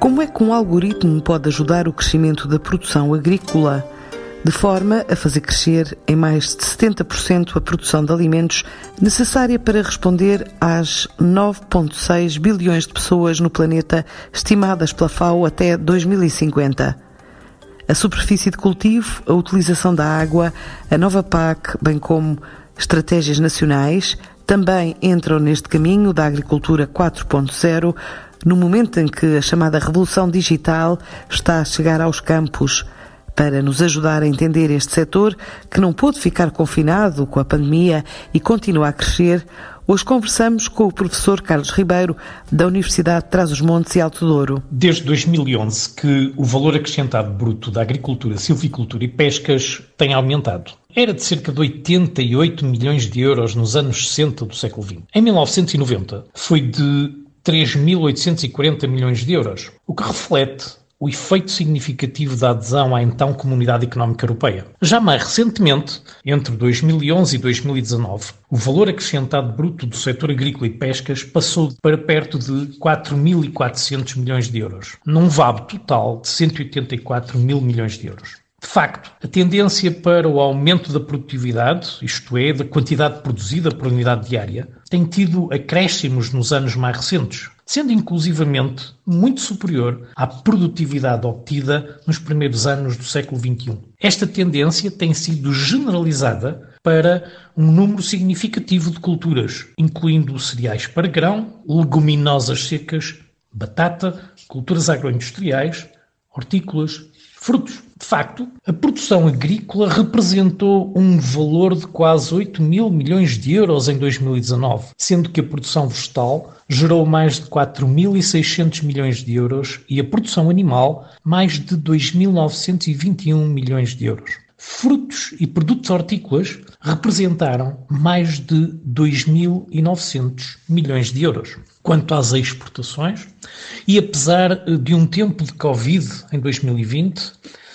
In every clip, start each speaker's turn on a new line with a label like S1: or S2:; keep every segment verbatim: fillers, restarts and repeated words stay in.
S1: Como é que um algoritmo pode ajudar o crescimento da produção agrícola, de forma a fazer crescer em mais de setenta por cento a produção de alimentos necessária para responder às nove vírgula seis bilhões de pessoas no planeta estimadas pela F A O até dois mil e cinquenta? A superfície de cultivo, a utilização da água, a nova P A C, bem como estratégias nacionais, também entram neste caminho da agricultura quatro ponto zero, no momento em que a chamada revolução digital está a chegar aos campos. Para nos ajudar a entender este setor, que não pôde ficar confinado com a pandemia e continua a crescer, hoje conversamos com o professor Carlos Ribeiro, da Universidade de Trás-os-Montes e Alto Douro.
S2: Desde dois mil e onze que o valor acrescentado bruto da agricultura, silvicultura e pescas tem aumentado. Era de cerca de oitenta e oito milhões de euros nos anos sessenta do século vinte. Em mil novecentos e noventa foi de três mil oitocentos e quarenta milhões de euros, o que reflete o efeito significativo da adesão à então Comunidade Económica Europeia. Já mais recentemente, entre dois mil e onze e dois mil e dezanove, o valor acrescentado bruto do setor agrícola e pescas passou para perto de quatro mil e quatrocentos milhões de euros, num V A B total de cento e oitenta e quatro mil milhões de euros. De facto, a tendência para o aumento da produtividade, isto é, da quantidade produzida por unidade diária, tem tido acréscimos nos anos mais recentes, sendo inclusivamente muito superior à produtividade obtida nos primeiros anos do século vinte e um. Esta tendência tem sido generalizada para um número significativo de culturas, incluindo cereais para grão, leguminosas secas, batata, culturas agroindustriais, hortícolas, frutos. De facto, a produção agrícola representou um valor de quase oito mil milhões de euros em dois mil e dezanove, sendo que a produção vegetal gerou mais de quatro mil e seiscentos milhões de euros e a produção animal mais de dois mil novecentos e vinte e um milhões de euros. Frutos e produtos hortícolas representaram mais de dois mil e novecentos milhões de euros. Quanto às exportações, e apesar de um tempo de Covid em dois mil e vinte,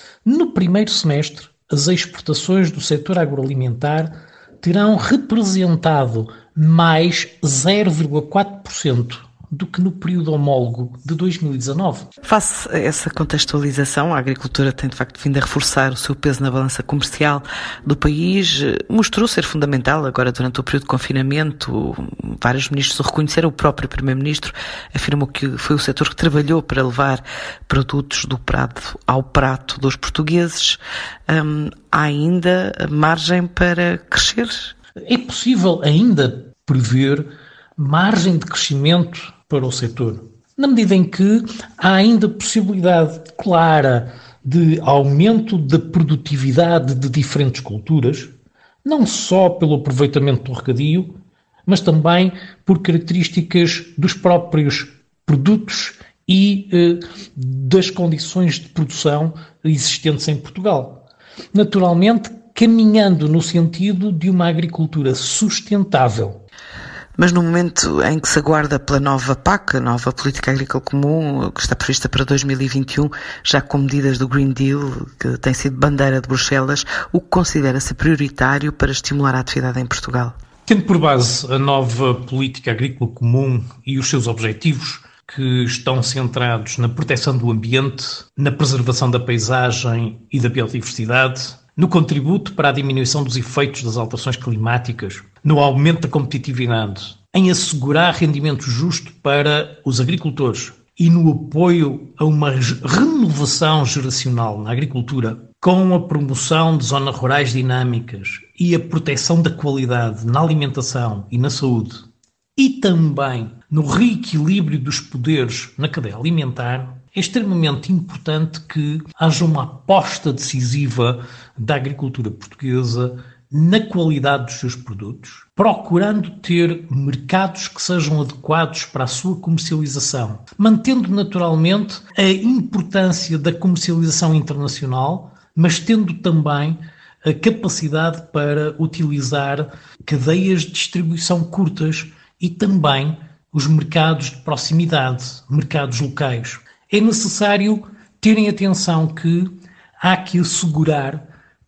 S2: no primeiro semestre as exportações do setor agroalimentar terão representado mais zero vírgula quatro por cento do que no período homólogo de dois mil e dezanove.
S1: Face a essa contextualização, a agricultura tem de facto vindo a reforçar o seu peso na balança comercial do país. Mostrou ser fundamental agora durante o período de confinamento. Vários ministros o reconheceram, o próprio Primeiro-Ministro afirmou que foi o setor que trabalhou para levar produtos do prato ao prato dos portugueses. Hum, há ainda margem para crescer?
S2: É possível ainda prever margem de crescimento para o setor, na medida em que há ainda possibilidade clara de aumento da produtividade de diferentes culturas, não só pelo aproveitamento do regadio, mas também por características dos próprios produtos e eh, das condições de produção existentes em Portugal. Naturalmente, caminhando no sentido de uma agricultura sustentável.
S1: Mas no momento em que se aguarda pela nova P A C, a nova Política Agrícola Comum, que está prevista para dois mil e vinte e um, já com medidas do Green Deal, que tem sido bandeira de Bruxelas, o que considera ser prioritário para estimular a atividade em Portugal?
S2: Tendo por base a nova Política Agrícola Comum e os seus objetivos, que estão centrados na proteção do ambiente, na preservação da paisagem e da biodiversidade, no contributo para a diminuição dos efeitos das alterações climáticas, no aumento da competitividade, em assegurar rendimento justo para os agricultores e no apoio a uma renovação geracional na agricultura, com a promoção de zonas rurais dinâmicas e a proteção da qualidade na alimentação e na saúde, e também no reequilíbrio dos poderes na cadeia alimentar, é extremamente importante que haja uma aposta decisiva da agricultura portuguesa na qualidade dos seus produtos, procurando ter mercados que sejam adequados para a sua comercialização, mantendo naturalmente a importância da comercialização internacional, mas tendo também a capacidade para utilizar cadeias de distribuição curtas e também os mercados de proximidade, mercados locais. É necessário terem atenção que há que assegurar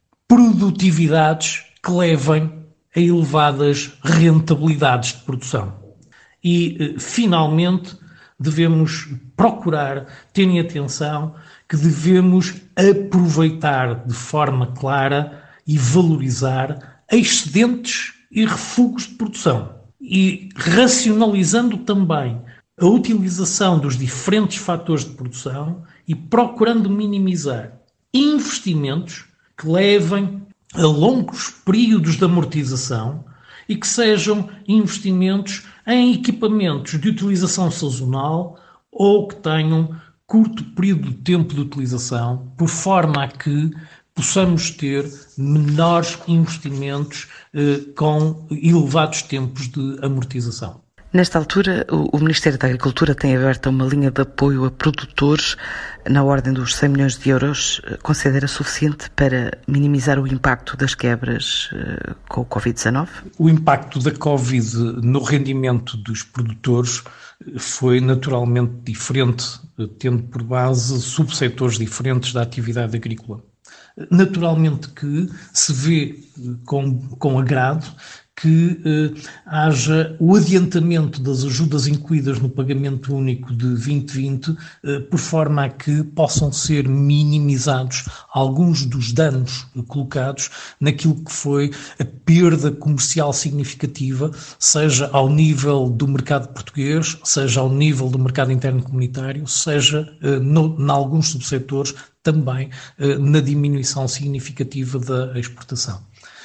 S2: produtividades que levem a elevadas rentabilidades de produção. E, finalmente, devemos procurar, terem atenção, que devemos aproveitar de forma clara e valorizar excedentes e refugos de produção. E racionalizando também a utilização dos diferentes fatores de produção e procurando minimizar investimentos que levem a longos períodos de amortização e que sejam investimentos em equipamentos de utilização sazonal ou que tenham curto período de tempo de utilização, por forma a que possamos ter menores investimentos eh, com elevados tempos de amortização.
S1: Nesta altura, o Ministério da Agricultura tem aberto uma linha de apoio a produtores na ordem dos cem milhões de euros. Considera suficiente para minimizar o impacto das quebras com o covid dezanove?
S2: O impacto da Covid no rendimento dos produtores foi naturalmente diferente, tendo por base subsetores diferentes da atividade agrícola. Naturalmente que se vê com, com agrado que eh, haja o adiantamento das ajudas incluídas no pagamento único de vinte vinte, eh, por forma a que possam ser minimizados alguns dos danos eh, colocados naquilo que foi a perda comercial significativa, seja ao nível do mercado português, seja ao nível do mercado interno comunitário, seja eh, no, em alguns subsetores também eh, na diminuição significativa da exportação.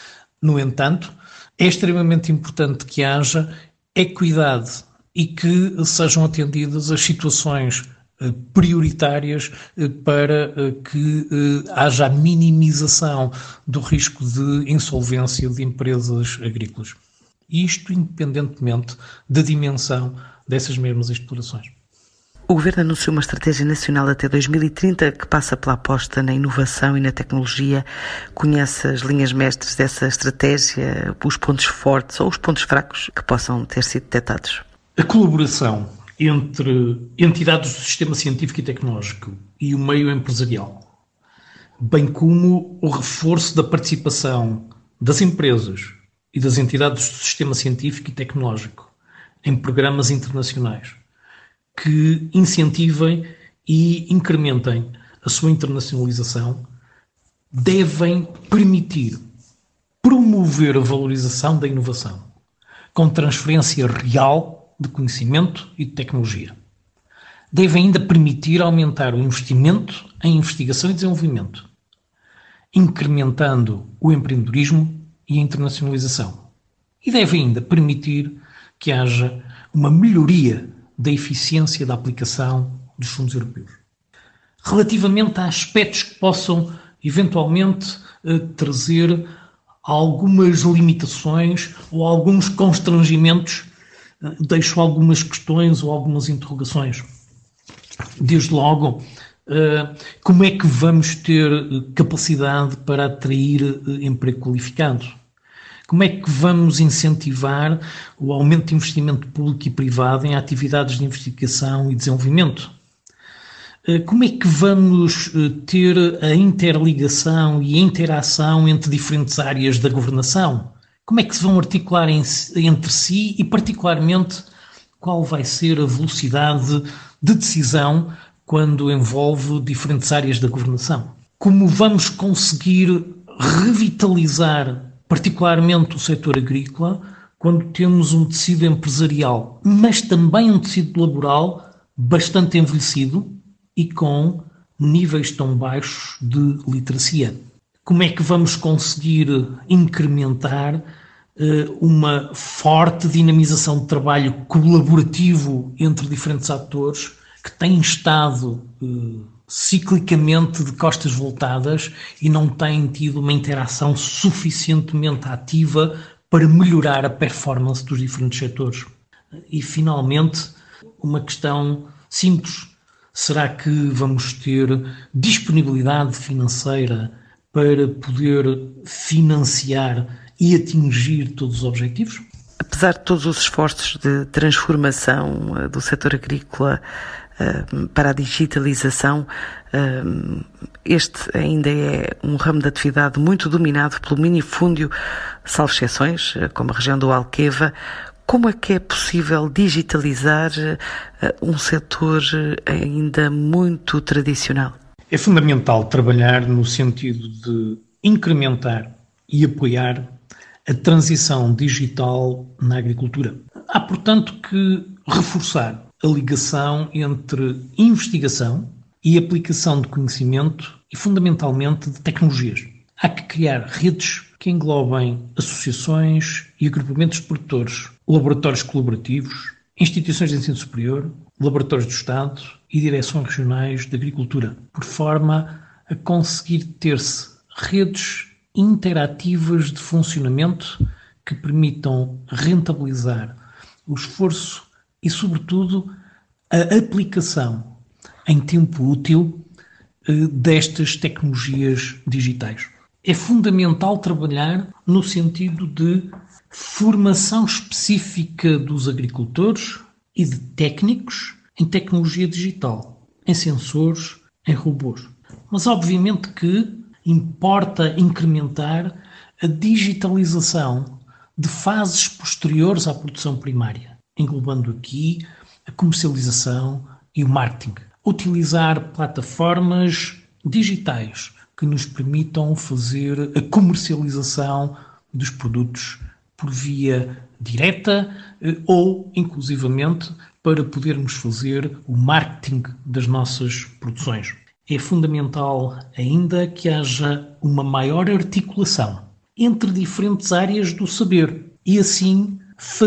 S2: No entanto, é extremamente importante que haja equidade e que sejam atendidas as situações prioritárias para que haja a minimização do risco de insolvência de empresas agrícolas. Isto independentemente da dimensão dessas mesmas explorações.
S1: O Governo anunciou uma estratégia nacional até dois mil e trinta que passa pela aposta na inovação e na tecnologia. Conhece as linhas mestres dessa estratégia, os pontos fortes ou os pontos fracos que possam ter sido detectados?
S2: A colaboração entre entidades do sistema científico e tecnológico e o meio empresarial, bem como o reforço da participação das empresas e das entidades do sistema científico e tecnológico em programas internacionais, que incentivem e incrementem a sua internacionalização, devem permitir promover a valorização da inovação, com transferência real de conhecimento e de tecnologia. Devem ainda permitir aumentar o investimento em investigação e desenvolvimento, incrementando o empreendedorismo e a internacionalização. E devem ainda permitir que haja uma melhoria da eficiência da aplicação dos fundos europeus. Relativamente a aspectos que possam, eventualmente, eh, trazer algumas limitações ou alguns constrangimentos, eh, deixo algumas questões ou algumas interrogações. Desde logo, eh, como é que vamos ter capacidade para atrair eh, emprego qualificado? Como é que vamos incentivar o aumento de investimento público e privado em atividades de investigação e desenvolvimento? Como é que vamos ter a interligação e a interação entre diferentes áreas da governação? Como é que se vão articular entre si e, particularmente, qual vai ser a velocidade de decisão quando envolve diferentes áreas da governação? Como vamos conseguir revitalizar particularmente o setor agrícola, quando temos um tecido empresarial, mas também um tecido laboral bastante envelhecido e com níveis tão baixos de literacia? Como é que vamos conseguir incrementar uh, uma forte dinamização de trabalho colaborativo entre diferentes atores que têm estado uh, ciclicamente de costas voltadas e não têm tido uma interação suficientemente ativa para melhorar a performance dos diferentes setores? E, finalmente, uma questão simples. Será que vamos ter disponibilidade financeira para poder financiar e atingir todos os objetivos?
S1: Apesar de todos os esforços de transformação do setor agrícola para a digitalização, este ainda é um ramo de atividade muito dominado pelo minifúndio, salvo exceções, como a região do Alqueva. Como é que é possível digitalizar um setor ainda muito tradicional?
S2: É fundamental trabalhar no sentido de incrementar e apoiar a transição digital na agricultura. Há, portanto, que reforçar a ligação entre investigação e aplicação de conhecimento e, fundamentalmente, de tecnologias. Há que criar redes que englobem associações e agrupamentos de produtores, laboratórios colaborativos, instituições de ensino superior, laboratórios do Estado e direções regionais de agricultura, por forma a conseguir ter-se redes interativas de funcionamento que permitam rentabilizar o esforço e, sobretudo, a aplicação em tempo útil destas tecnologias digitais. É fundamental trabalhar no sentido de formação específica dos agricultores e de técnicos em tecnologia digital, em sensores, em robôs. Mas, obviamente, que importa incrementar a digitalização de fases posteriores à produção primária, englobando aqui a comercialização e o marketing. Utilizar plataformas digitais que nos permitam fazer a comercialização dos produtos por via direta ou, inclusivamente, para podermos fazer o marketing das nossas produções. É fundamental ainda que haja uma maior articulação entre diferentes áreas do saber e, assim,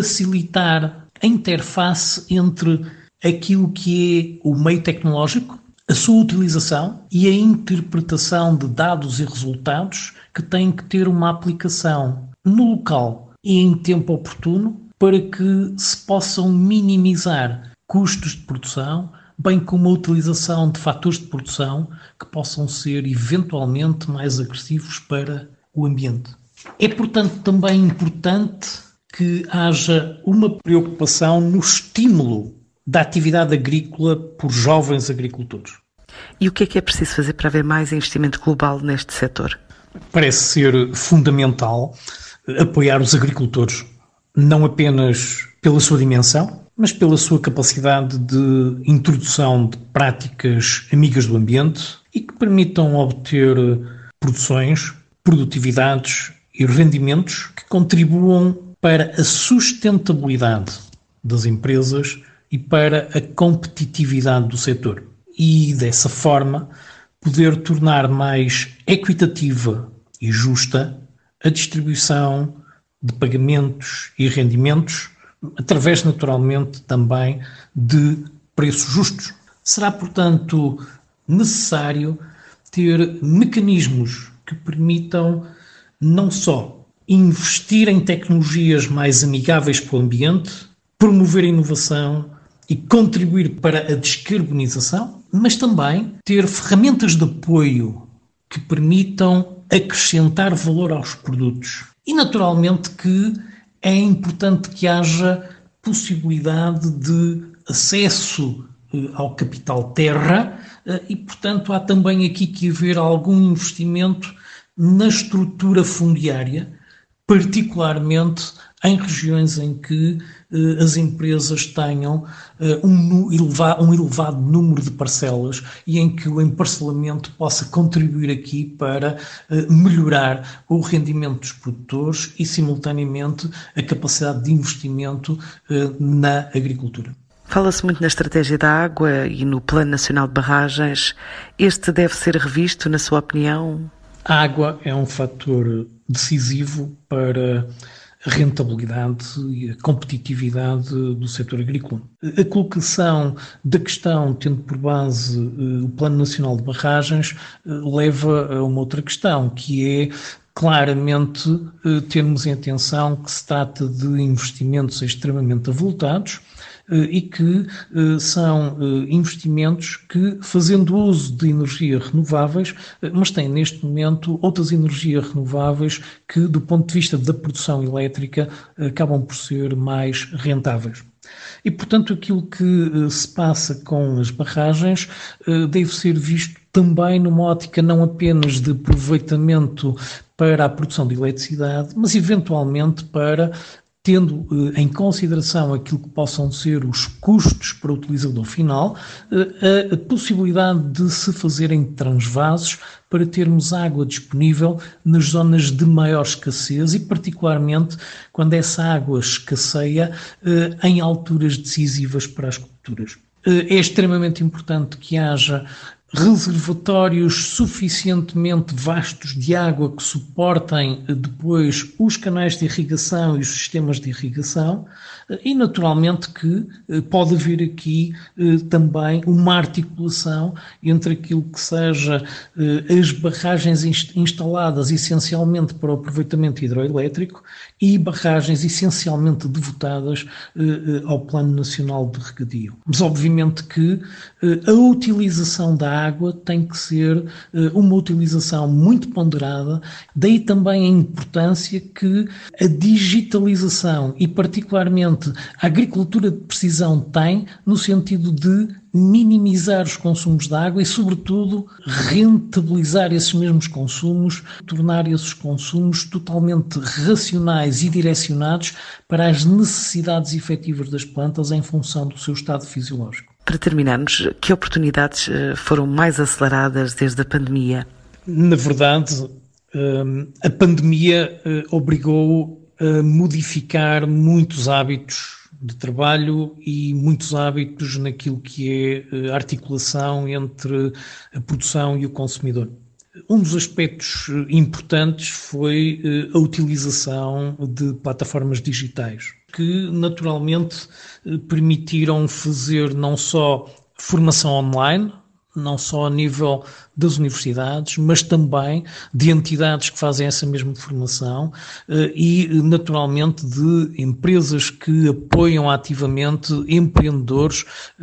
S2: facilitar a interface entre aquilo que é o meio tecnológico, a sua utilização e a interpretação de dados e resultados que têm que ter uma aplicação no local e em tempo oportuno para que se possam minimizar custos de produção, bem como a utilização de fatores de produção que possam ser eventualmente mais agressivos para o ambiente. É, portanto, também importante que haja uma preocupação no estímulo da atividade agrícola por jovens agricultores.
S1: E o que é que é preciso fazer para haver mais investimento global neste setor?
S2: Parece ser fundamental apoiar os agricultores, não apenas pela sua dimensão, mas pela sua capacidade de introdução de práticas amigas do ambiente e que permitam obter produções, produtividades e rendimentos que contribuam para a sustentabilidade das empresas e para a competitividade do setor. E, dessa forma, poder tornar mais equitativa e justa a distribuição de pagamentos e rendimentos, através, naturalmente, também de preços justos. Será, portanto, necessário ter mecanismos que permitam não só investir em tecnologias mais amigáveis para o ambiente, promover a inovação e contribuir para a descarbonização, mas também ter ferramentas de apoio que permitam acrescentar valor aos produtos. E, naturalmente, que é importante que haja possibilidade de acesso ao capital terra e, portanto, há também aqui que haver algum investimento na estrutura fundiária, particularmente em regiões em que eh, as empresas tenham eh, um, elevado, um elevado número de parcelas e em que o emparcelamento possa contribuir aqui para eh, melhorar o rendimento dos produtores e, simultaneamente, a capacidade de investimento eh, na agricultura.
S1: Fala-se muito na estratégia da água e no Plano Nacional de Barragens. Este deve ser revisto, na sua opinião?
S2: A água é um fator decisivo para a rentabilidade e a competitividade do setor agrícola. A colocação da questão, tendo por base uh, o Plano Nacional de Barragens, uh, leva a uma outra questão, que é claramente uh, termos em atenção que se trata de investimentos extremamente avultados, e que são investimentos que, fazendo uso de energias renováveis, mas têm neste momento outras energias renováveis que, do ponto de vista da produção elétrica, acabam por ser mais rentáveis. E, portanto, aquilo que se passa com as barragens deve ser visto também numa ótica não apenas de aproveitamento para a produção de eletricidade, mas eventualmente para tendo eh, em consideração aquilo que possam ser os custos para o utilizador final, eh, a, a possibilidade de se fazerem transvases para termos água disponível nas zonas de maior escassez e particularmente quando essa água escasseia eh, em alturas decisivas para as culturas. Eh, é extremamente importante que haja reservatórios suficientemente vastos de água que suportem depois os canais de irrigação e os sistemas de irrigação e naturalmente que pode haver aqui também uma articulação entre aquilo que seja as barragens instaladas essencialmente para o aproveitamento hidroelétrico e barragens essencialmente devotadas ao Plano Nacional de Regadio. Mas obviamente que a utilização da água tem que ser uh, uma utilização muito ponderada, daí também a importância que a digitalização e particularmente a agricultura de precisão tem no sentido de minimizar os consumos de água e, sobretudo, rentabilizar esses mesmos consumos, tornar esses consumos totalmente racionais e direcionados para as necessidades efetivas das plantas em função do seu estado fisiológico.
S1: Para terminarmos, que oportunidades foram mais aceleradas desde a pandemia?
S2: Na verdade, a pandemia obrigou a modificar muitos hábitos de trabalho e muitos hábitos naquilo que é a articulação entre a produção e o consumidor. Um dos aspectos importantes foi a utilização de plataformas digitais, que naturalmente permitiram fazer não só formação online, não só a nível das universidades, mas também de entidades que fazem essa mesma formação e, naturalmente, de empresas que apoiam ativamente empreendedores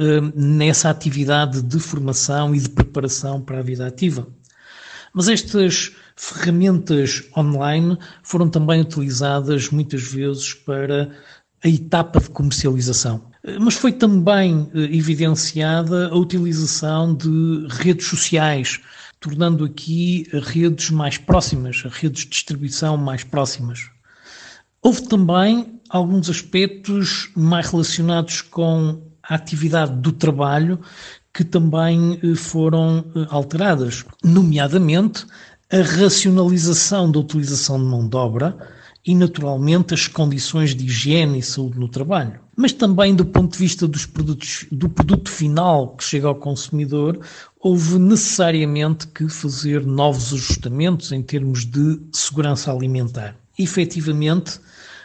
S2: nessa atividade de formação e de preparação para a vida ativa. Mas estas ferramentas online foram também utilizadas muitas vezes para a etapa de comercialização. Mas foi também evidenciada a utilização de redes sociais, tornando aqui redes mais próximas, redes de distribuição mais próximas. Houve também alguns aspectos mais relacionados com a atividade do trabalho que também foram alteradas, nomeadamente a racionalização da utilização de mão de obra e, naturalmente, as condições de higiene e saúde no trabalho. Mas também, do ponto de vista dos produtos, do produto final que chega ao consumidor, houve necessariamente que fazer novos ajustamentos em termos de segurança alimentar. Efetivamente,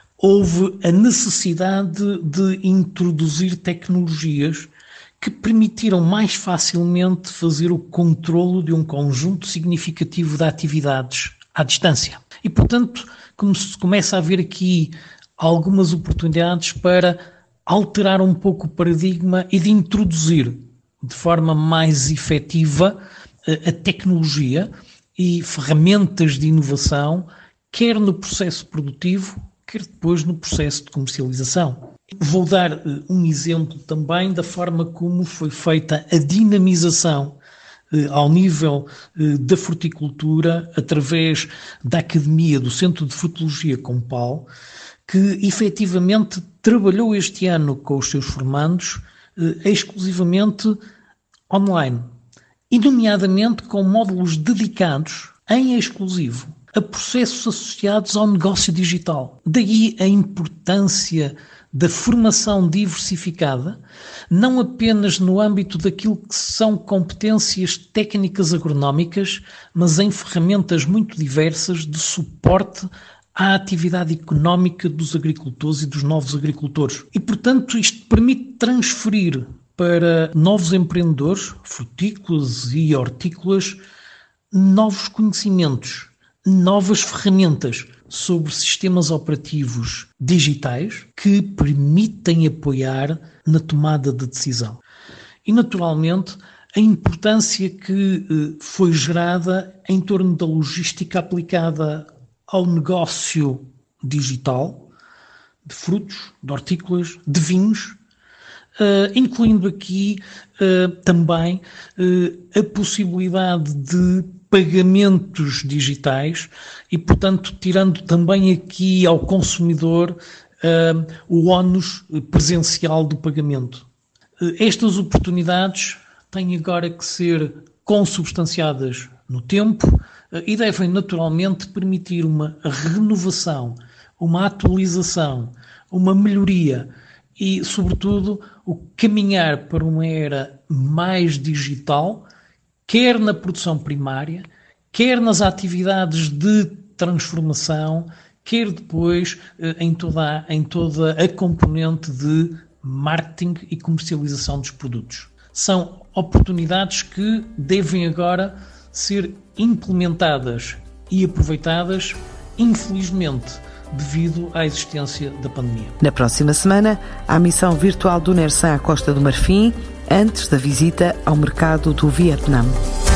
S2: houve a necessidade de introduzir tecnologias que permitiram mais facilmente fazer o controlo de um conjunto significativo de atividades à distância. E, portanto, como se começa a haver aqui algumas oportunidades para alterar um pouco o paradigma e de introduzir de forma mais efetiva a tecnologia e ferramentas de inovação, quer no processo produtivo, quer depois no processo de comercialização. Vou dar um exemplo também da forma como foi feita a dinamização ao nível da fruticultura através da Academia do Centro de Frutologia Compal, que efetivamente trabalhou este ano com os seus formandos exclusivamente online, e nomeadamente com módulos dedicados em exclusivo a processos associados ao negócio digital. Daí a importância da formação diversificada, não apenas no âmbito daquilo que são competências técnicas agronómicas, mas em ferramentas muito diversas de suporte à atividade económica dos agricultores e dos novos agricultores. E, portanto, isto permite transferir para novos empreendedores, frutícolas e hortícolas, novos conhecimentos, novas ferramentas sobre sistemas operativos digitais que permitem apoiar na tomada de decisão. E, naturalmente, a importância que eh, foi gerada em torno da logística aplicada ao negócio digital, de frutos, de hortícolas, de vinhos, eh, incluindo aqui eh, também eh, a possibilidade de pagamentos digitais e, portanto, tirando também aqui ao consumidor uh, o ónus presencial do pagamento. Uh, estas oportunidades têm agora que ser consubstanciadas no tempo uh, e devem naturalmente permitir uma renovação, uma atualização, uma melhoria e, sobretudo, o caminhar para uma era mais digital, quer na produção primária, quer nas atividades de transformação, quer depois em toda, em toda a componente de marketing e comercialização dos produtos. São oportunidades que devem agora ser implementadas e aproveitadas, infelizmente, devido à existência da pandemia.
S1: Na próxima semana, a missão virtual do NERSAM à Costa do Marfim, antes da visita ao mercado do Vietnã.